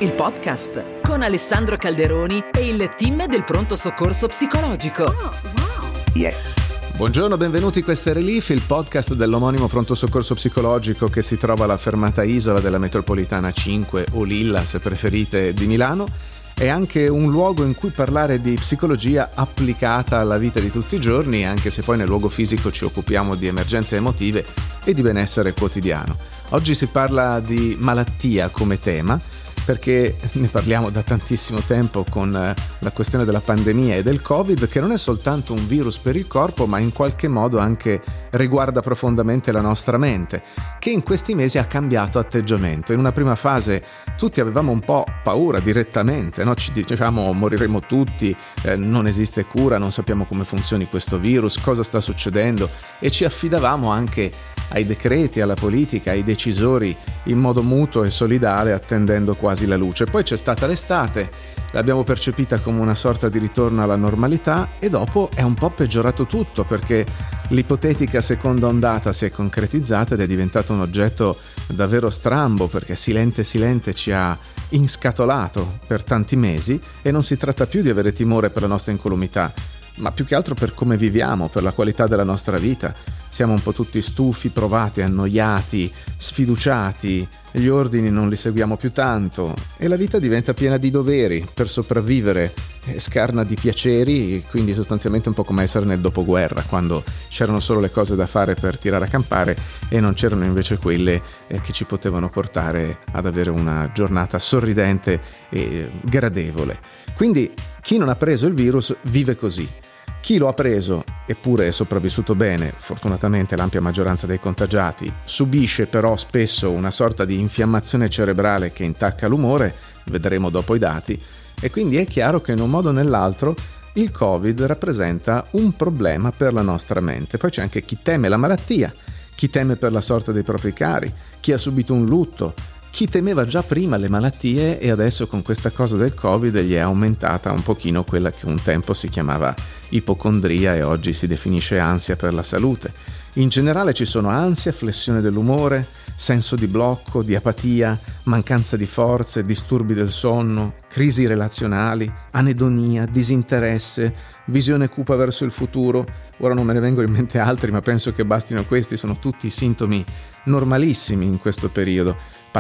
il podcast con Alessandro Calderoni e il team del pronto soccorso psicologico. Oh, wow. Yeah. Buongiorno, benvenuti, questo è Relief, il podcast dell'omonimo pronto soccorso psicologico che si trova alla fermata Isola della metropolitana 5 o Lilla, se preferite, di Milano. È anche un luogo in cui parlare di psicologia applicata alla vita di tutti i giorni, anche se poi nel luogo fisico ci occupiamo di emergenze emotive e di benessere quotidiano. Oggi si parla di malattia come tema, perché ne parliamo da tantissimo tempo con la questione della pandemia e del Covid, che non è soltanto un virus per il corpo, ma in qualche modo anche riguarda profondamente la nostra mente, che in questi mesi ha cambiato atteggiamento. In una prima fase tutti avevamo un po' paura direttamente, no? Ci dicevamo moriremo tutti, non esiste cura, non sappiamo come funzioni questo virus, cosa sta succedendo, e ci affidavamo anche ai decreti, alla politica, ai decisori in modo mutuo e solidale, attendendo quasi la luce. Poi c'è stata l'estate, l'abbiamo percepita come una sorta di ritorno alla normalità e dopo è un po' peggiorato tutto, perché l'ipotetica seconda ondata si è concretizzata ed è diventato un oggetto davvero strambo, perché silente ci ha inscatolato per tanti mesi e non si tratta più di avere timore per la nostra incolumità, ma più che altro per come viviamo, per la qualità della nostra vita. Siamo un po' tutti stufi, provati, annoiati, sfiduciati, gli ordini non li seguiamo più tanto e la vita diventa piena di doveri per sopravvivere, scarna di piaceri, quindi sostanzialmente un po' come essere nel dopoguerra, quando c'erano solo le cose da fare per tirare a campare e non c'erano invece quelle che ci potevano portare ad avere una giornata sorridente e gradevole. Quindi chi non ha preso il virus vive così. Chi lo ha preso, eppure è sopravvissuto bene, fortunatamente l'ampia maggioranza dei contagiati, subisce però spesso una sorta di infiammazione cerebrale che intacca l'umore, vedremo dopo i dati, e quindi è chiaro che in un modo o nell'altro il Covid rappresenta un problema per la nostra mente. Poi c'è anche chi teme la malattia, chi teme per la sorte dei propri cari, chi ha subito un lutto, chi temeva già prima le malattie e adesso con questa cosa del Covid gli è aumentata un pochino quella che un tempo si chiamava ipocondria e oggi si definisce ansia per la salute. In generale ci sono ansia, flessione dell'umore, senso di blocco, di apatia, mancanza di forze, disturbi del sonno, crisi relazionali, anedonia, disinteresse, visione cupa verso il futuro. Ora non me ne vengono in mente altri, ma penso che bastino questi, sono tutti sintomi normalissimi in questo periodo.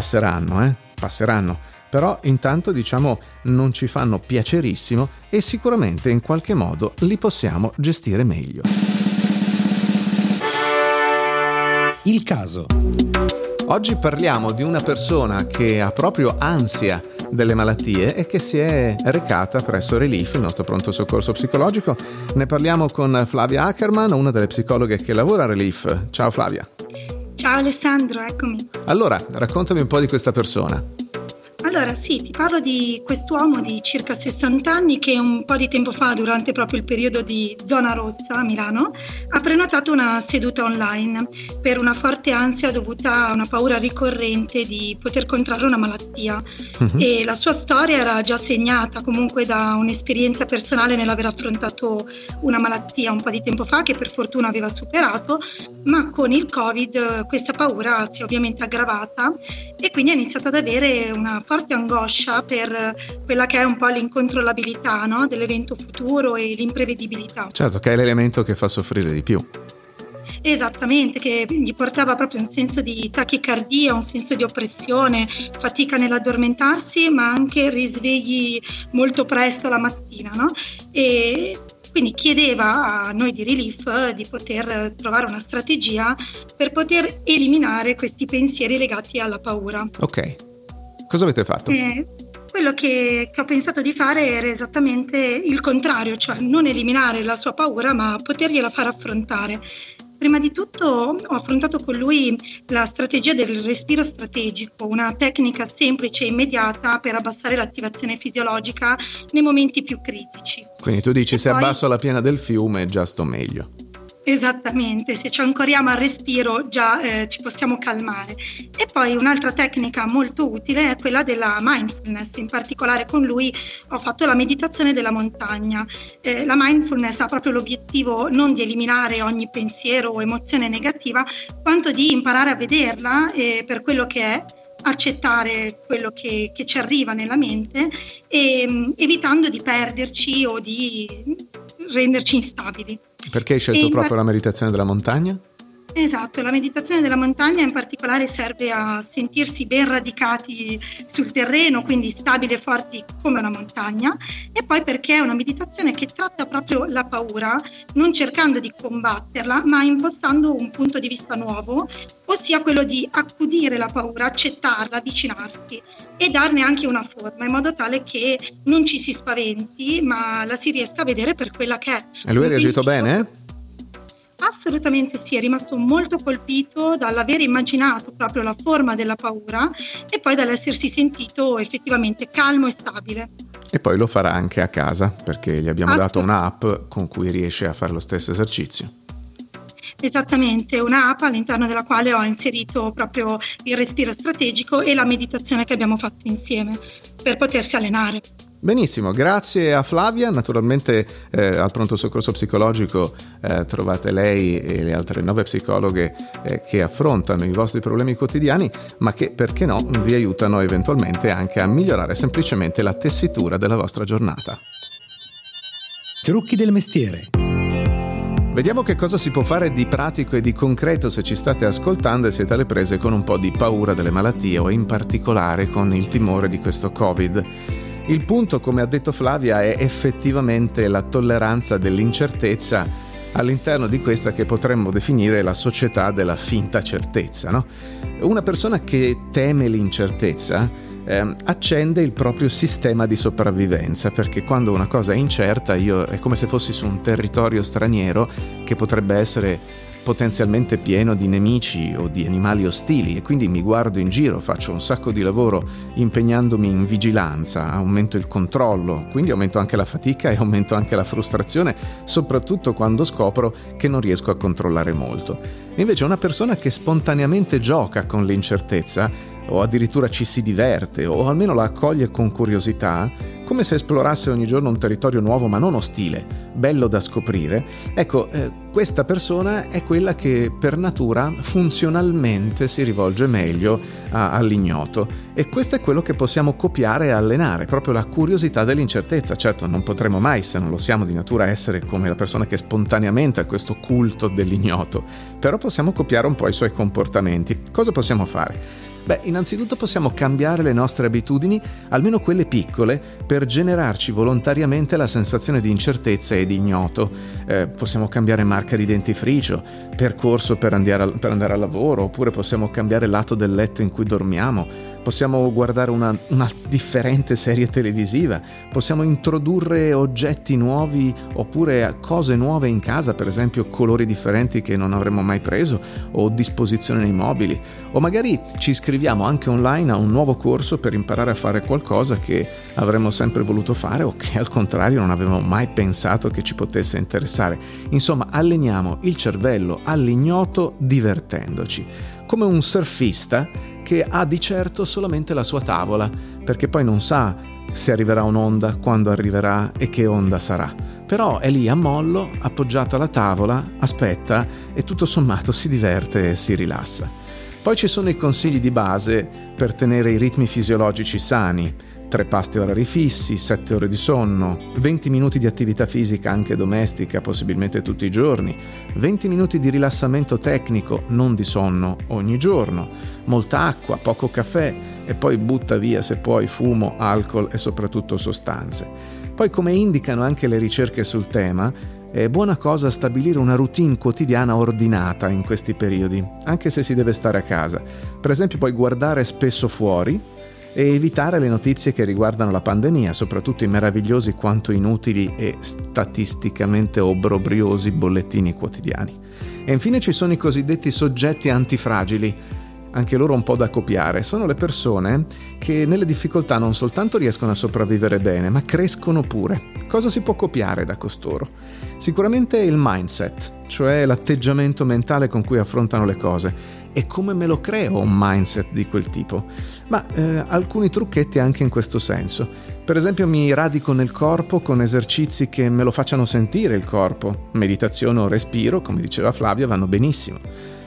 Passeranno, però intanto non ci fanno piacerissimo e sicuramente in qualche modo li possiamo gestire meglio. Il caso. Oggi parliamo di una persona che ha proprio ansia delle malattie e che si è recata presso Relief, il nostro pronto soccorso psicologico. Ne parliamo con Flavia Ackerman, una delle psicologhe che lavora a Relief. Ciao Flavia. Ciao Alessandro, eccomi. Allora, raccontami un po' di questa persona. Allora sì, ti parlo di quest'uomo di circa 60 anni che un po' di tempo fa, durante proprio il periodo di zona rossa a Milano, ha prenotato una seduta online per una forte ansia dovuta a una paura ricorrente di poter contrarre una malattia. E la sua storia era già segnata comunque da un'esperienza personale nell'aver affrontato una malattia un po' di tempo fa che per fortuna aveva superato, ma con il Covid questa paura si è ovviamente aggravata e quindi ha iniziato ad avere una forte angoscia per quella che è un po' l'incontrollabilità, no? Dell'evento futuro e l'imprevedibilità. Certo, che è l'elemento che fa soffrire di più. Esattamente, che gli portava proprio un senso di tachicardia, un senso di oppressione, fatica nell'addormentarsi, ma anche risvegli molto presto la mattina, no? E quindi chiedeva a noi di Relief di poter trovare una strategia per poter eliminare questi pensieri legati alla paura. Ok, cosa avete fatto? Quello che ho pensato di fare era esattamente il contrario, cioè non eliminare la sua paura, ma potergliela far affrontare. Prima di tutto ho affrontato con lui la strategia del respiro strategico, una tecnica semplice e immediata per abbassare l'attivazione fisiologica nei momenti più critici. Quindi tu dici, e se poi abbasso la piena del fiume già sto meglio. Esattamente, se ci ancoriamo al respiro già ci possiamo calmare. E poi un'altra tecnica molto utile è quella della mindfulness, in particolare con lui ho fatto la meditazione della montagna. La mindfulness ha proprio l'obiettivo non di eliminare ogni pensiero o emozione negativa, quanto di imparare a vederla per quello che è, accettare quello che ci arriva nella mente e evitando di perderci o di renderci instabili. Perché hai scelto proprio la meditazione della montagna? Esatto, la meditazione della montagna in particolare serve a sentirsi ben radicati sul terreno, quindi stabili e forti come una montagna, e poi perché è una meditazione che tratta proprio la paura, non cercando di combatterla, ma impostando un punto di vista nuovo, ossia quello di accudire la paura, accettarla, avvicinarsi e darne anche una forma, in modo tale che non ci si spaventi, ma la si riesca a vedere per quella che è. E lui ha reagito bene? Assolutamente sì, è rimasto molto colpito dall'aver immaginato proprio la forma della paura e poi dall'essersi sentito effettivamente calmo e stabile. E poi lo farà anche a casa, perché gli abbiamo dato un'app con cui riesce a fare lo stesso esercizio. Esattamente, un'app all'interno della quale ho inserito proprio il respiro strategico e la meditazione che abbiamo fatto insieme per potersi allenare. Benissimo, grazie a Flavia. Naturalmente al pronto soccorso psicologico trovate lei e le altre 9 psicologhe che affrontano i vostri problemi quotidiani, ma che, perché no, vi aiutano eventualmente anche a migliorare semplicemente la tessitura della vostra giornata. Trucchi del mestiere. Vediamo che cosa si può fare di pratico e di concreto se ci state ascoltando e siete alle prese con un po' di paura delle malattie o in particolare con il timore di questo Covid. Il punto, come ha detto Flavia, è effettivamente la tolleranza dell'incertezza all'interno di questa che potremmo definire la società della finta certezza, no? Una persona che teme l'incertezza accende il proprio sistema di sopravvivenza, perché quando una cosa è incerta è come se fossi su un territorio straniero che potrebbe essere potenzialmente pieno di nemici o di animali ostili, e quindi mi guardo in giro, faccio un sacco di lavoro impegnandomi in vigilanza, aumento il controllo, quindi aumento anche la fatica e aumento anche la frustrazione, soprattutto quando scopro che non riesco a controllare molto. Invece una persona che spontaneamente gioca con l'incertezza o addirittura ci si diverte o almeno la accoglie con curiosità, come se esplorasse ogni giorno un territorio nuovo ma non ostile, bello da scoprire, ecco, questa persona è quella che per natura funzionalmente si rivolge meglio all'ignoto, e questo è quello che possiamo copiare e allenare, proprio la curiosità dell'incertezza. Certo, non potremo mai, se non lo siamo di natura, essere come la persona che spontaneamente ha questo culto dell'ignoto, però possiamo copiare un po' i suoi comportamenti. Cosa possiamo fare? Beh, innanzitutto possiamo cambiare le nostre abitudini, almeno quelle piccole, per generarci volontariamente la sensazione di incertezza e di ignoto. Possiamo cambiare marca di dentifricio, percorso per andare al lavoro, oppure possiamo cambiare lato del letto in cui dormiamo, possiamo guardare una differente serie televisiva, possiamo introdurre oggetti nuovi oppure cose nuove in casa, per esempio colori differenti che non avremmo mai preso, o disposizione nei mobili, o magari ci iscriviamo anche online a un nuovo corso per imparare a fare qualcosa che avremmo sempre voluto fare o che al contrario non avevamo mai pensato che ci potesse interessare. Insomma, alleniamo il cervello all'ignoto divertendoci, come un surfista che ha di certo solamente la sua tavola, perché poi non sa se arriverà un'onda, quando arriverà e che onda sarà. Però è lì a mollo, appoggiato alla tavola, aspetta e tutto sommato si diverte e si rilassa. Poi ci sono i consigli di base per tenere i ritmi fisiologici sani: 3 pasti orari fissi, 7 ore di sonno, 20 minuti di attività fisica anche domestica, possibilmente tutti i giorni, 20 minuti di rilassamento tecnico, non di sonno, ogni giorno, molta acqua, poco caffè e poi butta via se puoi fumo, alcol e soprattutto sostanze. Poi, come indicano anche le ricerche sul tema, è buona cosa stabilire una routine quotidiana ordinata in questi periodi, anche se si deve stare a casa. Per esempio, puoi guardare spesso fuori e evitare le notizie che riguardano la pandemia, soprattutto i meravigliosi quanto inutili e statisticamente obbrobriosi bollettini quotidiani. E infine ci sono i cosiddetti soggetti antifragili, anche loro un po' da copiare. Sono le persone che nelle difficoltà non soltanto riescono a sopravvivere bene, ma crescono pure. Cosa si può copiare da costoro? Sicuramente il mindset, cioè l'atteggiamento mentale con cui affrontano le cose. E come me lo creo un mindset di quel tipo? Ma alcuni trucchetti anche in questo senso. Per esempio, mi radico nel corpo con esercizi che me lo facciano sentire il corpo. Meditazione o respiro, come diceva Flavia, vanno benissimo.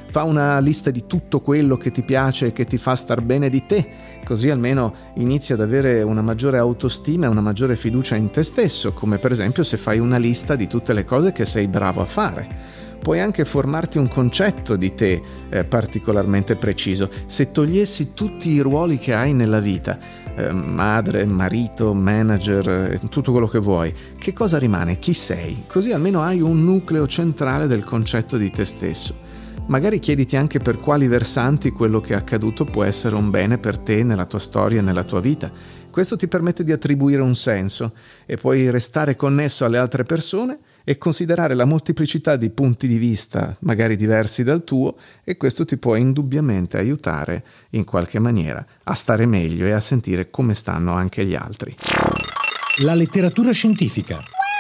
Fa una lista di tutto quello che ti piace e che ti fa star bene di te, così almeno inizi ad avere una maggiore autostima e una maggiore fiducia in te stesso, come per esempio se fai una lista di tutte le cose che sei bravo a fare. Puoi anche formarti un concetto di te particolarmente preciso. Se togliessi tutti i ruoli che hai nella vita, madre, marito, manager, tutto quello che vuoi, che cosa rimane? Chi sei? Così almeno hai un nucleo centrale del concetto di te stesso. Magari chiediti anche per quali versanti quello che è accaduto può essere un bene per te nella tua storia e nella tua vita. Questo ti permette di attribuire un senso e puoi restare connesso alle altre persone e considerare la molteplicità di punti di vista magari diversi dal tuo, e questo ti può indubbiamente aiutare in qualche maniera a stare meglio e a sentire come stanno anche gli altri. La letteratura scientifica.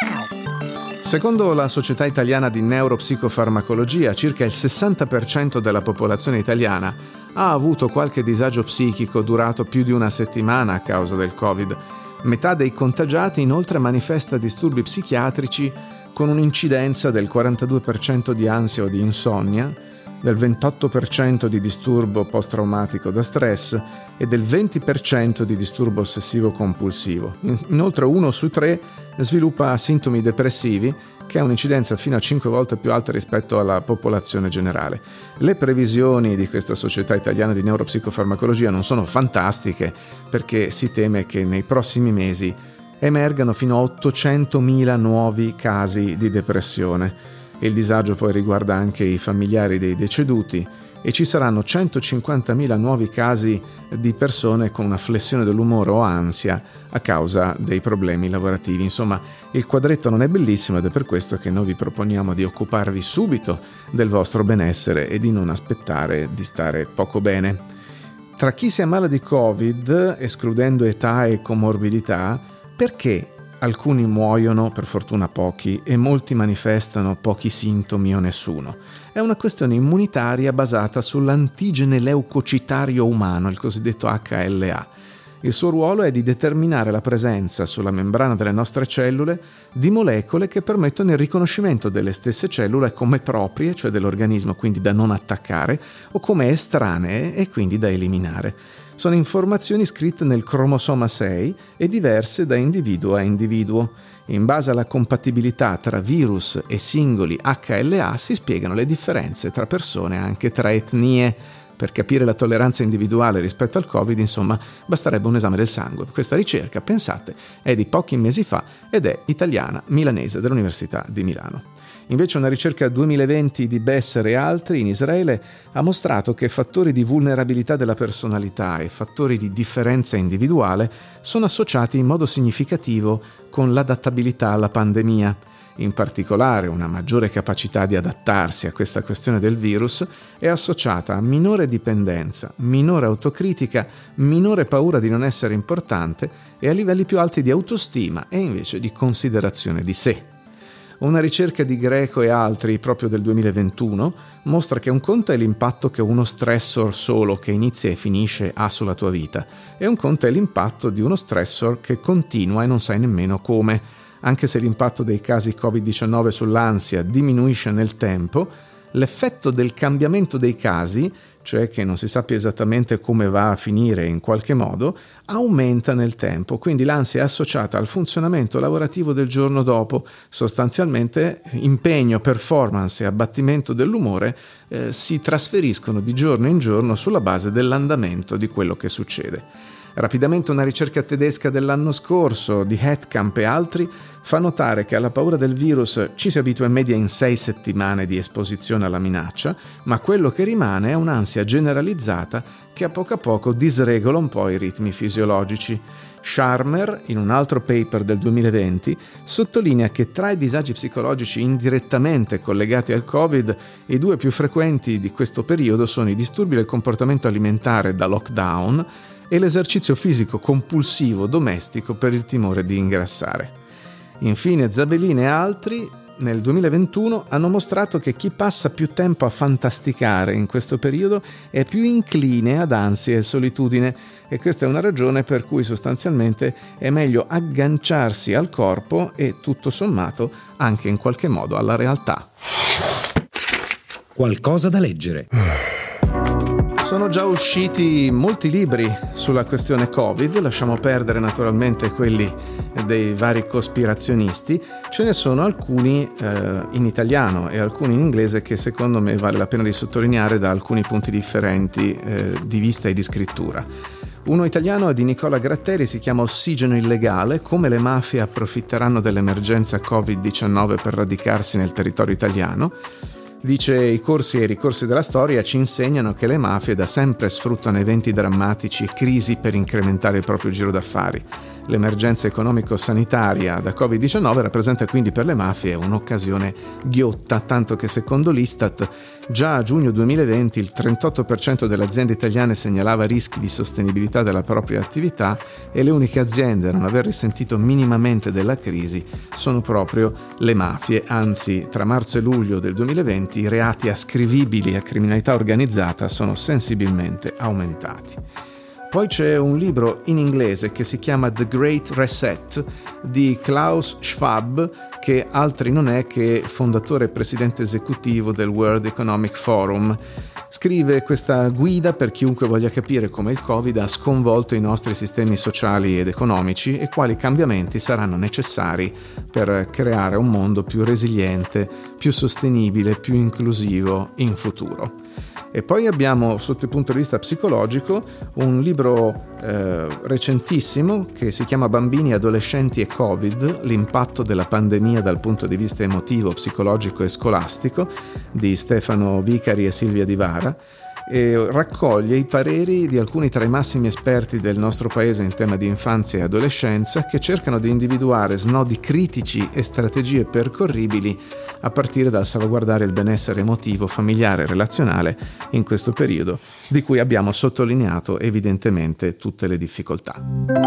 Secondo la Società Italiana di Neuropsicofarmacologia, circa il 60% della popolazione italiana ha avuto qualche disagio psichico durato più di una settimana a causa del Covid. Metà dei contagiati inoltre manifesta disturbi psichiatrici con un'incidenza del 42% di ansia o di insonnia, del 28% di disturbo post-traumatico da stress e del 20% di disturbo ossessivo-compulsivo. Inoltre 1 su 3 sviluppa sintomi depressivi, che ha un'incidenza fino a 5 volte più alta rispetto alla popolazione generale. Le previsioni di questa Società Italiana di Neuropsicofarmacologia non sono fantastiche, perché si teme che nei prossimi mesi emergano fino a 800.000 nuovi casi di depressione. Il disagio poi riguarda anche i familiari dei deceduti e ci saranno 150.000 nuovi casi di persone con una flessione dell'umore o ansia a causa dei problemi lavorativi. Insomma, il quadretto non è bellissimo, ed è per questo che noi vi proponiamo di occuparvi subito del vostro benessere e di non aspettare di stare poco bene. Tra chi si ammala di Covid, escludendo età e comorbidità, perché alcuni muoiono, per fortuna pochi, e molti manifestano pochi sintomi o nessuno? È una questione immunitaria basata sull'antigene leucocitario umano, il cosiddetto HLA. Il suo ruolo è di determinare la presenza sulla membrana delle nostre cellule di molecole che permettono il riconoscimento delle stesse cellule come proprie, cioè dell'organismo, quindi da non attaccare, o come estranee e quindi da eliminare. Sono informazioni scritte nel cromosoma 6 e diverse da individuo a individuo. In base alla compatibilità tra virus e singoli HLA si spiegano le differenze tra persone, anche tra etnie. Per capire la tolleranza individuale rispetto al Covid, insomma, basterebbe un esame del sangue. Questa ricerca, pensate, è di pochi mesi fa ed è italiana, milanese, dell'Università di Milano. Invece una ricerca 2020 di Besser e altri in Israele ha mostrato che fattori di vulnerabilità della personalità e fattori di differenza individuale sono associati in modo significativo con l'adattabilità alla pandemia. In particolare, una maggiore capacità di adattarsi a questa questione del virus è associata a minore dipendenza, minore autocritica, minore paura di non essere importante e a livelli più alti di autostima e invece di considerazione di sé. Una ricerca di Greco e altri, proprio del 2021, mostra che un conto è l'impatto che uno stressor solo che inizia e finisce ha sulla tua vita, e un conto è l'impatto di uno stressor che continua e non sai nemmeno come. Anche se l'impatto dei casi Covid-19 sull'ansia diminuisce nel tempo, l'effetto del cambiamento dei casi, cioè che non si sappia esattamente come va a finire in qualche modo, aumenta nel tempo. Quindi l'ansia è associata al funzionamento lavorativo del giorno dopo. Sostanzialmente impegno, performance e abbattimento dell'umore si trasferiscono di giorno in giorno sulla base dell'andamento di quello che succede. Rapidamente una ricerca tedesca dell'anno scorso di Hetkamp e altri fa notare che alla paura del virus ci si abitua in media in 6 settimane di esposizione alla minaccia, ma quello che rimane è un'ansia generalizzata che a poco disregola un po' i ritmi fisiologici. Scharmer, in un altro paper del 2020, sottolinea che tra i disagi psicologici indirettamente collegati al Covid, i 2 più frequenti di questo periodo sono i disturbi del comportamento alimentare da lockdown e l'esercizio fisico compulsivo domestico per il timore di ingrassare. Infine, Zabelin e altri nel 2021 hanno mostrato che chi passa più tempo a fantasticare in questo periodo è più incline ad ansia e solitudine, e questa è una ragione per cui sostanzialmente è meglio agganciarsi al corpo e tutto sommato anche in qualche modo alla realtà. Qualcosa da leggere. Sono già usciti molti libri sulla questione Covid, lasciamo perdere naturalmente quelli dei vari cospirazionisti. Ce ne sono alcuni in italiano e alcuni in inglese che secondo me vale la pena di sottolineare da alcuni punti differenti di vista e di scrittura. Uno italiano è di Nicola Gratteri, si chiama Ossigeno illegale, come le mafie approfitteranno dell'emergenza Covid-19 per radicarsi nel territorio italiano. Dice: i corsi e i ricorsi della storia ci insegnano che le mafie da sempre sfruttano eventi drammatici e crisi per incrementare il proprio giro d'affari. L'emergenza economico-sanitaria da Covid-19 rappresenta quindi per le mafie un'occasione ghiotta, tanto che secondo l'Istat già a giugno 2020 il 38% delle aziende italiane segnalava rischi di sostenibilità della propria attività e le uniche aziende a non aver risentito minimamente della crisi sono proprio le mafie. Anzi, tra marzo e luglio del 2020 i reati ascrivibili a criminalità organizzata sono sensibilmente aumentati. Poi c'è un libro in inglese che si chiama The Great Reset di Klaus Schwab, che altri non è che fondatore e presidente esecutivo del World Economic Forum. Scrive questa guida per chiunque voglia capire come il Covid ha sconvolto i nostri sistemi sociali ed economici e quali cambiamenti saranno necessari per creare un mondo più resiliente, più sostenibile, più inclusivo in futuro. E poi abbiamo, sotto il punto di vista psicologico, un libro recentissimo che si chiama Bambini, adolescenti e Covid, l'impatto della pandemia dal punto di vista emotivo, psicologico e scolastico, di Stefano Vicari e Silvia Di Vara, e raccoglie i pareri di alcuni tra i massimi esperti del nostro paese in tema di infanzia e adolescenza, che cercano di individuare snodi critici e strategie percorribili a partire dal salvaguardare il benessere emotivo, familiare e relazionale in questo periodo, di cui abbiamo sottolineato evidentemente tutte le difficoltà.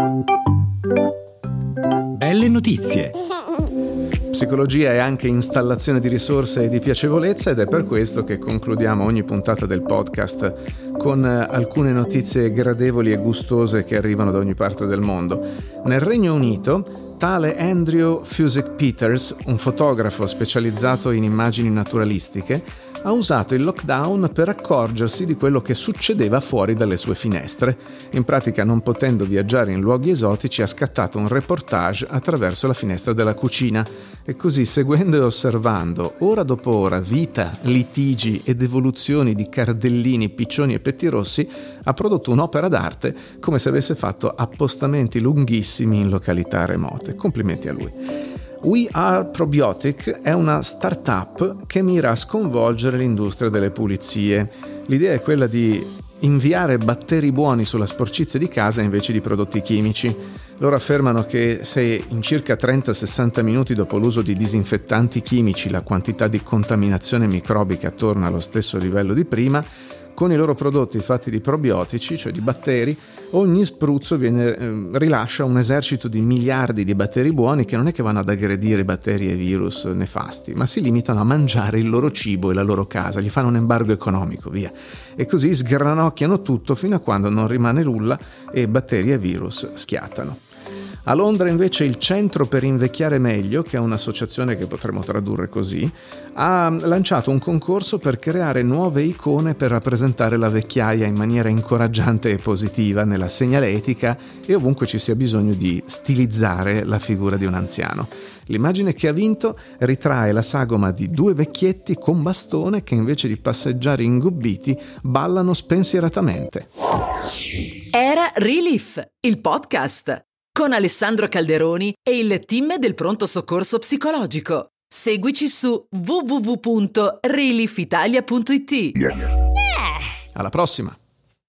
Belle notizie. Psicologia è anche installazione di risorse e di piacevolezza, ed è per questo che concludiamo ogni puntata del podcast con alcune notizie gradevoli e gustose che arrivano da ogni parte del mondo. Nel Regno Unito, tale Andrew Fusik Peters, un fotografo specializzato in immagini naturalistiche, ha usato il lockdown per accorgersi di quello che succedeva fuori dalle sue finestre. In pratica, non potendo viaggiare in luoghi esotici, ha scattato un reportage attraverso la finestra della cucina e così, seguendo e osservando ora dopo ora vita, litigi ed evoluzioni di cardellini, piccioni e pettirossi, ha prodotto un'opera d'arte come se avesse fatto appostamenti lunghissimi in località remote. Complimenti a lui. We Are Probiotic è una startup che mira a sconvolgere l'industria delle pulizie. L'idea è quella di inviare batteri buoni sulla sporcizia di casa invece di prodotti chimici. Loro affermano che se in circa 30-60 minuti dopo l'uso di disinfettanti chimici la quantità di contaminazione microbica torna allo stesso livello di prima, con i loro prodotti fatti di probiotici, cioè di batteri, ogni spruzzo rilascia un esercito di miliardi di batteri buoni che non è che vanno ad aggredire batteri e virus nefasti, ma si limitano a mangiare il loro cibo e la loro casa, gli fanno un embargo economico, via. E così sgranocchiano tutto fino a quando non rimane nulla e batteri e virus schiattano. A Londra invece il Centro per Invecchiare Meglio, che è un'associazione che potremmo tradurre così, ha lanciato un concorso per creare nuove icone per rappresentare la vecchiaia in maniera incoraggiante e positiva nella segnaletica e ovunque ci sia bisogno di stilizzare la figura di un anziano. L'immagine che ha vinto ritrae la sagoma di due vecchietti con bastone che invece di passeggiare ingobbiti ballano spensieratamente. Era Relief, il podcast con Alessandro Calderoni e il team del pronto soccorso psicologico. Seguici su www.reliefitalia.it. Alla prossima!